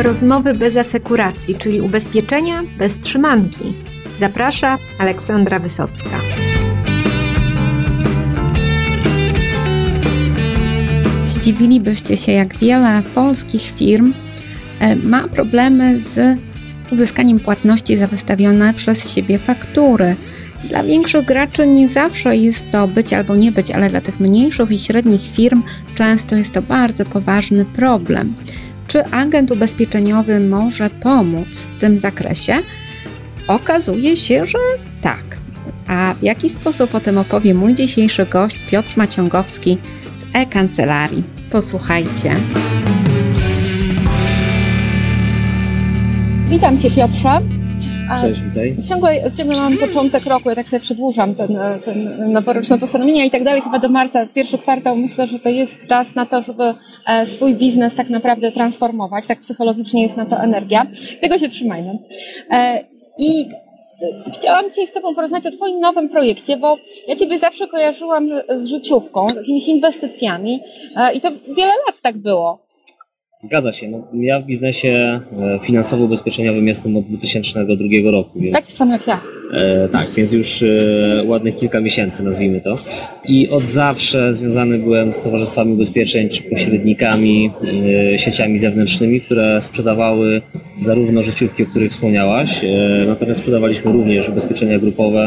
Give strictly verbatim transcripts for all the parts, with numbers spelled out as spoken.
Rozmowy bez asekuracji, czyli ubezpieczenia bez trzymanki. Zaprasza Aleksandra Wysocka. Zdziwilibyście się, jak wiele polskich firm ma problemy z uzyskaniem płatności za wystawione przez siebie faktury. Dla większych graczy nie zawsze jest to być albo nie być, ale dla tych mniejszych i średnich firm często jest to bardzo poważny problem. Czy agent ubezpieczeniowy może pomóc w tym zakresie? Okazuje się, że tak. A w jaki sposób o tym opowie mój dzisiejszy gość Piotr Maciągowski z e-Kancelarii. Posłuchajcie. Witam Cię, Piotrze. Cześć, witaj. Ciągle, ciągle mam początek roku, ja tak sobie przedłużam ten, ten noworoczne postanowienia i tak dalej, chyba do marca, pierwszy kwartał, myślę, że to jest czas na to, żeby swój biznes tak naprawdę transformować, tak psychologicznie jest na to energia. Tego się trzymajmy. I chciałam dzisiaj z Tobą porozmawiać o Twoim nowym projekcie, bo ja Ciebie zawsze kojarzyłam z życiówką, z jakimiś inwestycjami i to wiele lat tak było. Zgadza się. No, ja w biznesie finansowo-ubezpieczeniowym jestem od dwa tysiące drugiego roku. Więc, tak samo jak ja. E, tak, więc już e, ładnych kilka miesięcy, nazwijmy to. I od zawsze związany byłem z towarzystwami ubezpieczeń, czy pośrednikami, e, sieciami zewnętrznymi, które sprzedawały zarówno życiówki, o których wspomniałaś, e, natomiast sprzedawaliśmy również ubezpieczenia grupowe,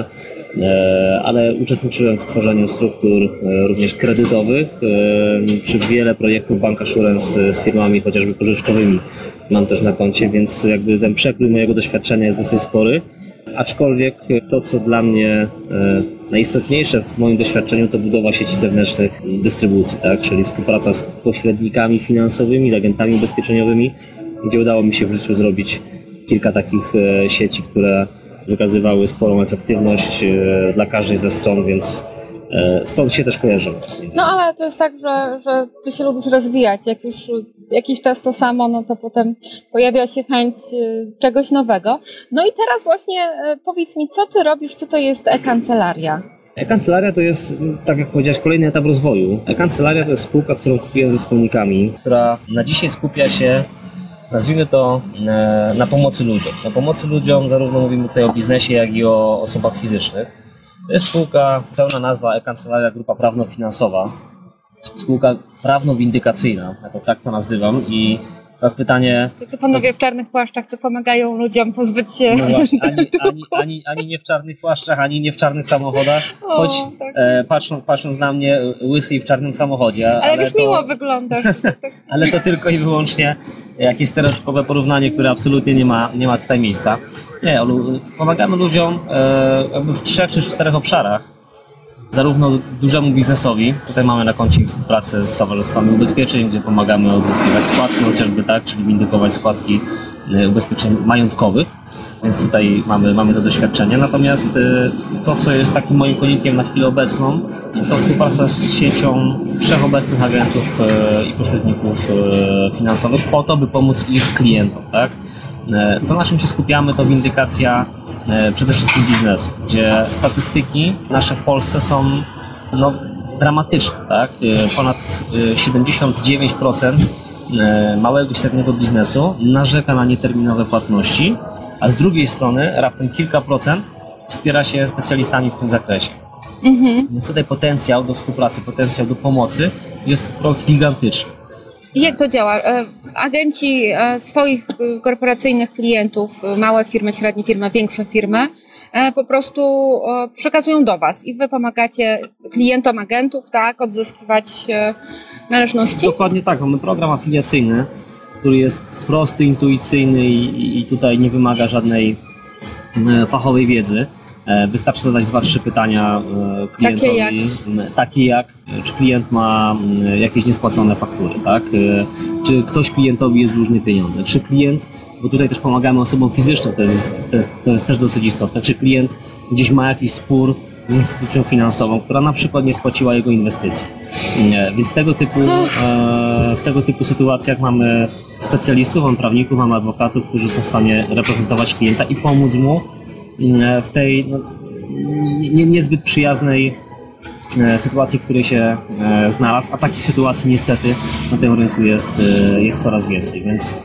e, ale uczestniczyłem w tworzeniu struktur e, również kredytowych, e, czy wiele projektów bancassurance z firmami chociażby pożyczkowymi mam też na koncie, więc jakby ten przekrój mojego doświadczenia jest dosyć spory. Aczkolwiek to, co dla mnie e, najistotniejsze w moim doświadczeniu, to budowa sieci zewnętrznych dystrybucji, tak? Czyli współpraca z pośrednikami finansowymi, z agentami ubezpieczeniowymi, gdzie udało mi się w życiu zrobić kilka takich e, sieci, które wykazywały sporą efektywność e, dla każdej ze stron, więc e, stąd się też kojarzymy. No ale to jest tak, że, że Ty się lubisz rozwijać. Jak już jakiś czas to samo, no to potem pojawia się chęć czegoś nowego. No i teraz właśnie powiedz mi, co Ty robisz, co to jest e-Kancelaria? E-Kancelaria to jest, tak jak powiedziałeś, kolejny etap rozwoju. E-Kancelaria to jest spółka, którą kupiłem ze wspólnikami, która na dzisiaj skupia się, nazwijmy to, na pomocy ludziom. Na pomocy ludziom, zarówno mówimy tutaj o biznesie, jak i o osobach fizycznych. To jest spółka, pełna nazwa e-Kancelaria Grupa Prawno-Finansowa. Spółka prawno-windykacyjna, ja to tak to nazywam. I teraz pytanie... To co panowie w czarnych płaszczach, co pomagają ludziom pozbyć się... No właśnie, ani, ani, ani, ani nie w czarnych płaszczach, ani nie w czarnych samochodach, o, choć tak. e, patrząc, patrząc na mnie, łysy i w czarnym samochodzie. Ale, ale wiesz, to, miło wygląda. Ale to tylko i wyłącznie jakieś stereotypowe porównanie, które absolutnie nie ma, nie ma tutaj miejsca. Nie, pomagamy ludziom e, jakby w trzech czy w czterech obszarach. Zarówno dużemu biznesowi, tutaj mamy na koncie współpracę z towarzystwami ubezpieczeń, gdzie pomagamy odzyskiwać składki, chociażby tak, czyli windykować składki ubezpieczeń majątkowych, więc tutaj mamy, mamy to doświadczenie. Natomiast to, co jest takim moim konikiem na chwilę obecną, to współpraca z siecią wszechobecnych agentów i pośredników finansowych po to, by pomóc ich klientom, tak? To, na czym się skupiamy, to windykacja przede wszystkim biznesu, gdzie statystyki nasze w Polsce są no, dramatyczne. Tak? Ponad siedemdziesiąt dziewięć procent małego i średniego biznesu narzeka na nieterminowe płatności, a z drugiej strony raptem kilka procent wspiera się specjalistami w tym zakresie. Mhm. Więc tutaj potencjał do współpracy, potencjał do pomocy jest wprost gigantyczny. I jak to działa? Agenci swoich korporacyjnych klientów, małe firmy, średnie firmy, większe firmy, po prostu przekazują do Was i Wy pomagacie klientom agentów, tak, odzyskiwać należności? Dokładnie tak. Mamy program afiliacyjny, który jest prosty, intuicyjny i, i tutaj nie wymaga żadnej fachowej wiedzy. Wystarczy zadać dwa, trzy pytania klientowi, takie jak? takie jak, czy klient ma jakieś niespłacone faktury, tak? Czy ktoś klientowi jest dłużny pieniądze, czy klient, bo tutaj też pomagamy osobom fizycznym, to jest, to jest też dosyć istotne, czy klient gdzieś ma jakiś spór z instytucją finansową, która na przykład nie spłaciła jego inwestycji. Więc tego typu, w tego typu sytuacjach mamy specjalistów, mamy prawników, mamy adwokatów, którzy są w stanie reprezentować klienta i pomóc mu w tej no, nie, niezbyt przyjaznej sytuacji, w której się znalazł, a takich sytuacji niestety na tym rynku jest, jest coraz więcej, więc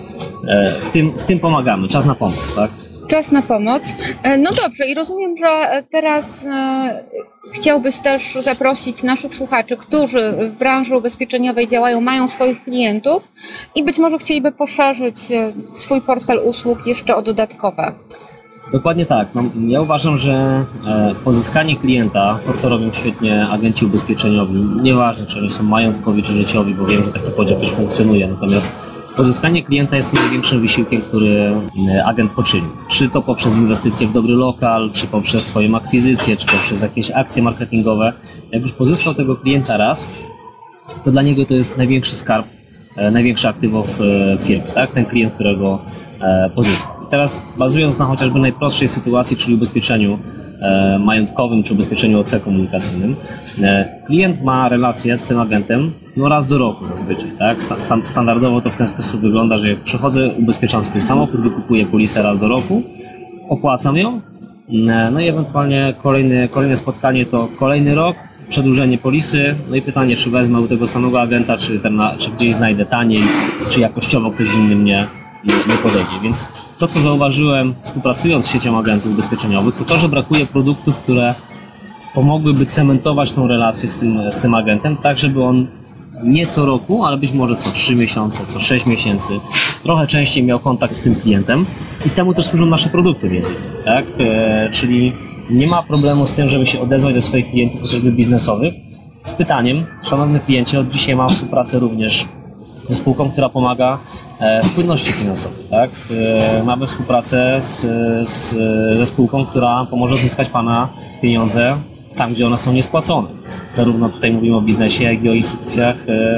w tym, w tym pomagamy. Czas na pomoc, tak? Czas na pomoc. No dobrze, i rozumiem, że teraz e, chciałbyś też zaprosić naszych słuchaczy, którzy w branży ubezpieczeniowej działają, mają swoich klientów i być może chcieliby poszerzyć swój portfel usług jeszcze o dodatkowe. Dokładnie tak. No, ja uważam, że e, pozyskanie klienta, to co robią świetnie agenci ubezpieczeniowi, nieważne czy oni są majątkowi czy życiowi, bo wiem, że taki podział też funkcjonuje, natomiast pozyskanie klienta jest największym wysiłkiem, który agent poczyni. Czy to poprzez inwestycje w dobry lokal, czy poprzez swoją akwizycję, czy poprzez jakieś akcje marketingowe. Jak już pozyskał tego klienta raz, to dla niego to jest największy skarb, największe aktywo w firmie, tak? Ten klient, którego pozyskał. I teraz bazując na chociażby najprostszej sytuacji, czyli ubezpieczeniu majątkowym czy ubezpieczeniu O C komunikacyjnym, klient ma relację z tym agentem no raz do roku zazwyczaj, tak? Stan- standardowo to w ten sposób wygląda, że jak przychodzę, ubezpieczam swój samochód, wykupuję polisę raz do roku, opłacam ją, no i ewentualnie kolejne, kolejne spotkanie to kolejny rok, przedłużenie polisy, no i pytanie, czy wezmę u tego samego agenta, czy, ten na, czy gdzieś znajdę taniej, czy jakościowo ktoś inny mnie nie podejdzie. Więc to, co zauważyłem współpracując z siecią agentów ubezpieczeniowych, to to, że brakuje produktów, które pomogłyby cementować tą relację z tym, z tym agentem, tak żeby on nie co roku, ale być może co trzy miesiące, co sześć miesięcy, trochę częściej miał kontakt z tym klientem i temu też służą nasze produkty między innymi, tak? E, czyli nie ma problemu z tym, żeby się odezwać do swoich klientów, chociażby biznesowych, z pytaniem, szanowny kliencie, od dzisiaj mam współpracę również ze spółką, która pomaga w płynności finansowej, tak? Mamy współpracę z, z, ze spółką, która pomoże odzyskać Pana pieniądze tam, gdzie one są niespłacone. Zarówno tutaj mówimy o biznesie, jak i o instytucjach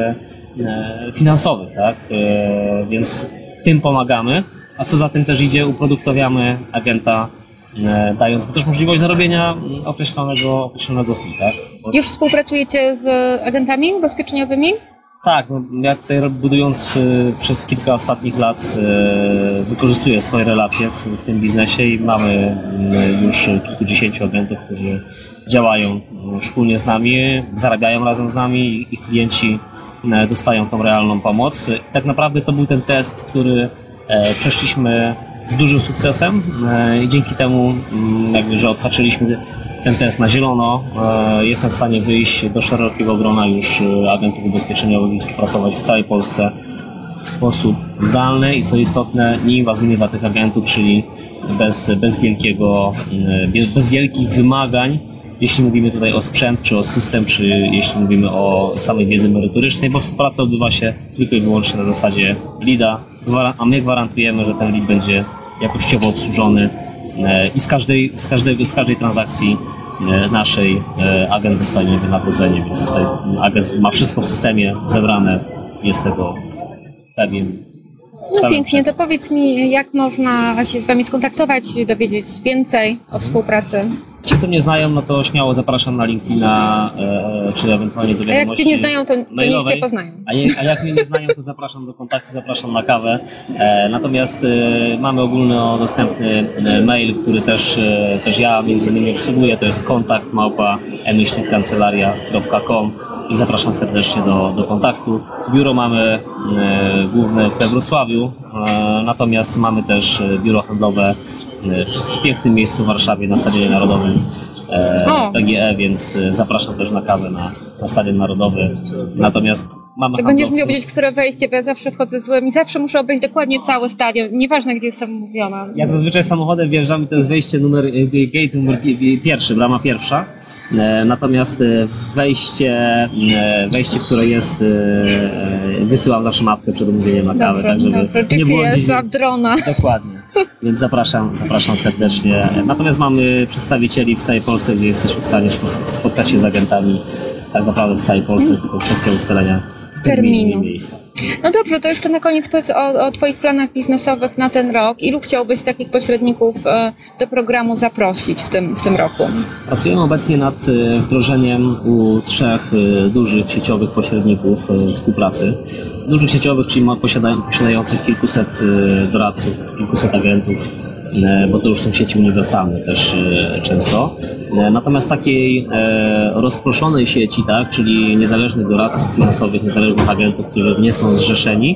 finansowych, tak? Więc tym pomagamy, a co za tym też idzie, uproduktowiamy agenta, dając mu też możliwość zarobienia określonego, określonego fee, tak? Bo... Już współpracujecie z agentami ubezpieczeniowymi? Tak, no ja tutaj budując y, przez kilka ostatnich lat y, wykorzystuję swoje relacje w, w tym biznesie i mamy y, już kilkudziesięciu agentów, którzy działają y, wspólnie z nami, zarabiają razem z nami i klienci y, dostają tą realną pomoc. Y, tak naprawdę to był ten test, który y, przeszliśmy z dużym sukcesem y, i dzięki temu y, jakby, że odhaczyliśmy ten test na zielono, jestem w stanie wyjść do szerokiego grona już agentów ubezpieczeniowych i współpracować w całej Polsce w sposób zdalny i co istotne nieinwazyjny dla tych agentów, czyli bez, bez, wielkiego, bez wielkich wymagań, jeśli mówimy tutaj o sprzęt, czy o system, czy jeśli mówimy o samej wiedzy merytorycznej, bo współpraca odbywa się tylko i wyłącznie na zasadzie leada, a my gwarantujemy, że ten lead będzie jakościowo obsłużony i z każdej, z każdego, z każdej transakcji naszej agent dostanie wynagrodzenie, więc tutaj agent ma wszystko w systemie zebrane, jest tego pewien. No pięknie, to powiedz mi, jak można się z Wami skontaktować, dowiedzieć więcej o współpracy? Ci, co mnie znają, no to śmiało zapraszam na LinkedIna, e, czy ewentualnie do wiadomości. A jak Cię nie znają, to, to niech Cię poznają. A, je, a jak mnie nie znają, to zapraszam do kontaktu, zapraszam na kawę. E, natomiast e, mamy ogólnodostępny e, mail, który też, e, też ja między innymi obsługuję, to jest kontakt małpa e myślnik kancelaria kropka com i zapraszam serdecznie do, do kontaktu. Biuro mamy e, główne we Wrocławiu, e, natomiast mamy też biuro handlowe w pięknym miejscu w Warszawie na Stadionie Narodowym e, P G E, więc zapraszam też na kawę na, na Stadion Narodowy. Natomiast mamy to będziesz mi powiedzieć, które wejście, bo ja zawsze wchodzę złem i zawsze muszę obejść dokładnie cały stadion, nieważne gdzie jestem mówiona. Ja zazwyczaj samochodem wjeżdżam i to jest wejście numer, gate numer pierwszy, brama pierwsza. Natomiast wejście, wejście, które jest, wysyłam zawsze mapkę przed umówieniem na kawę, dobrze, tak żeby dobrze. nie było G P S, drona. Dokładnie, więc zapraszam, zapraszam serdecznie. Natomiast mamy przedstawicieli w całej Polsce, gdzie jesteśmy w stanie spotkać się z agentami tak naprawdę w całej Polsce, tylko kwestia ustalenia terminu i miejsca. No dobrze, to jeszcze na koniec powiedz o, o Twoich planach biznesowych na ten rok. Ilu chciałbyś takich pośredników do programu zaprosić w tym, w tym roku? Pracujemy obecnie nad wdrożeniem u trzech dużych sieciowych pośredników współpracy. Dużych sieciowych, czyli posiadających kilkuset doradców, kilkuset agentów, bo to już są sieci uniwersalne też często. Natomiast takiej rozproszonej sieci, tak, czyli niezależnych doradców finansowych, niezależnych agentów, którzy nie są zrzeszeni,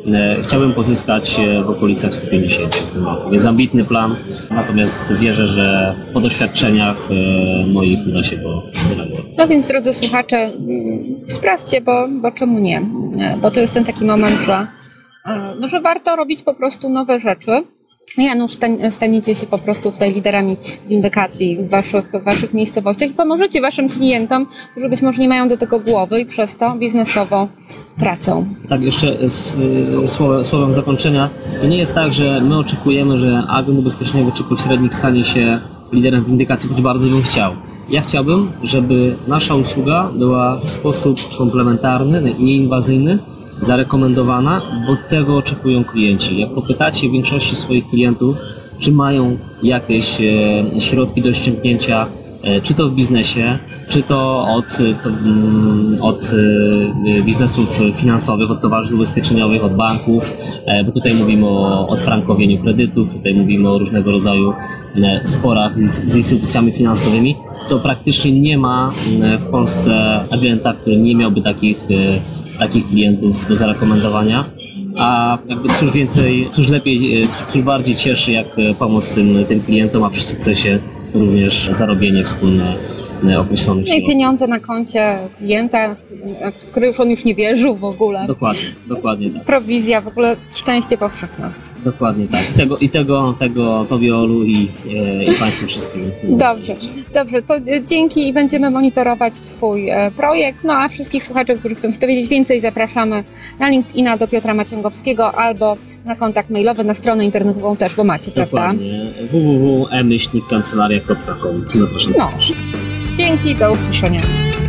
Chciałbym pozyskać w okolicach stu pięćdziesięciu w tym roku. Jest ambitny plan, natomiast wierzę, że po doświadczeniach moich uda się go zrealizować. No więc drodzy słuchacze, sprawdźcie, bo, bo czemu nie? Bo to jest ten taki moment, że, no, że warto robić po prostu nowe rzeczy. Janusz, staniecie się po prostu tutaj liderami windykacji w waszych, w waszych miejscowościach i pomożecie waszym klientom, którzy być może nie mają do tego głowy i przez to biznesowo tracą. Tak, jeszcze z, słowem, słowem zakończenia, to nie jest tak, że my oczekujemy, że agent ubezpieczeniowy czy pośrednik stanie się liderem windykacji, choć bardzo bym chciał. Ja chciałbym, żeby nasza usługa była w sposób komplementarny, nieinwazyjny, zarekomendowana, bo tego oczekują klienci. Jak popytacie większości swoich klientów, czy mają jakieś e, środki do ściągnięcia, e, czy to w biznesie, czy to od, to, od e, biznesów finansowych, od towarzystw ubezpieczeniowych, od banków, e, bo tutaj mówimy o odfrankowieniu kredytów, tutaj mówimy o różnego rodzaju e, sporach z, z instytucjami finansowymi, to praktycznie nie ma e, w Polsce agenta, który nie miałby takich e, takich klientów do zarekomendowania, a jakby cóż więcej, cóż lepiej, cóż bardziej cieszy, jak pomóc tym, tym klientom, a przy sukcesie również zarobienie wspólne określonych środków. No i pieniądze na koncie klienta, w który już on już nie wierzył w ogóle. Dokładnie, dokładnie tak. Prowizja, w ogóle szczęście powszechne. Dokładnie tak. Tego, I tego, tego Tobie, Olu, i, i Państwu wszystkim. Dobrze, dobrze, to dzięki i będziemy monitorować Twój projekt. No a wszystkich słuchaczy, którzy chcą się dowiedzieć więcej, zapraszamy na LinkedIna do Piotra Maciągowskiego albo na kontakt mailowy, na stronę internetową też, bo macie, Dokładnie. prawda? w w w kropka e myślnik kancelaria kropka com. Zapraszam. No. Dzięki, do usłyszenia.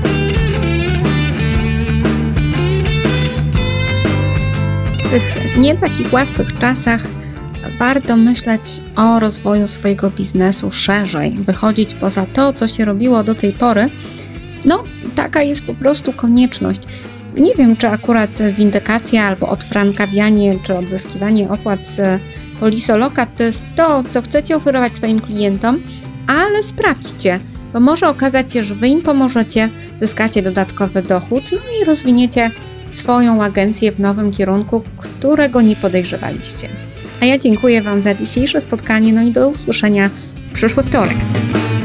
W tych nie takich łatwych czasach warto myśleć o rozwoju swojego biznesu szerzej, wychodzić poza to, co się robiło do tej pory. No, taka jest po prostu konieczność. Nie wiem, czy akurat windykacja albo odfrankawianie, czy odzyskiwanie opłat z polisolokat to jest to, co chcecie oferować swoim klientom, ale sprawdźcie, bo może okazać się, że Wy im pomożecie, zyskacie dodatkowy dochód, no i rozwiniecie swoją agencję w nowym kierunku, którego nie podejrzewaliście. A ja dziękuję Wam za dzisiejsze spotkanie, no i do usłyszenia w przyszły wtorek.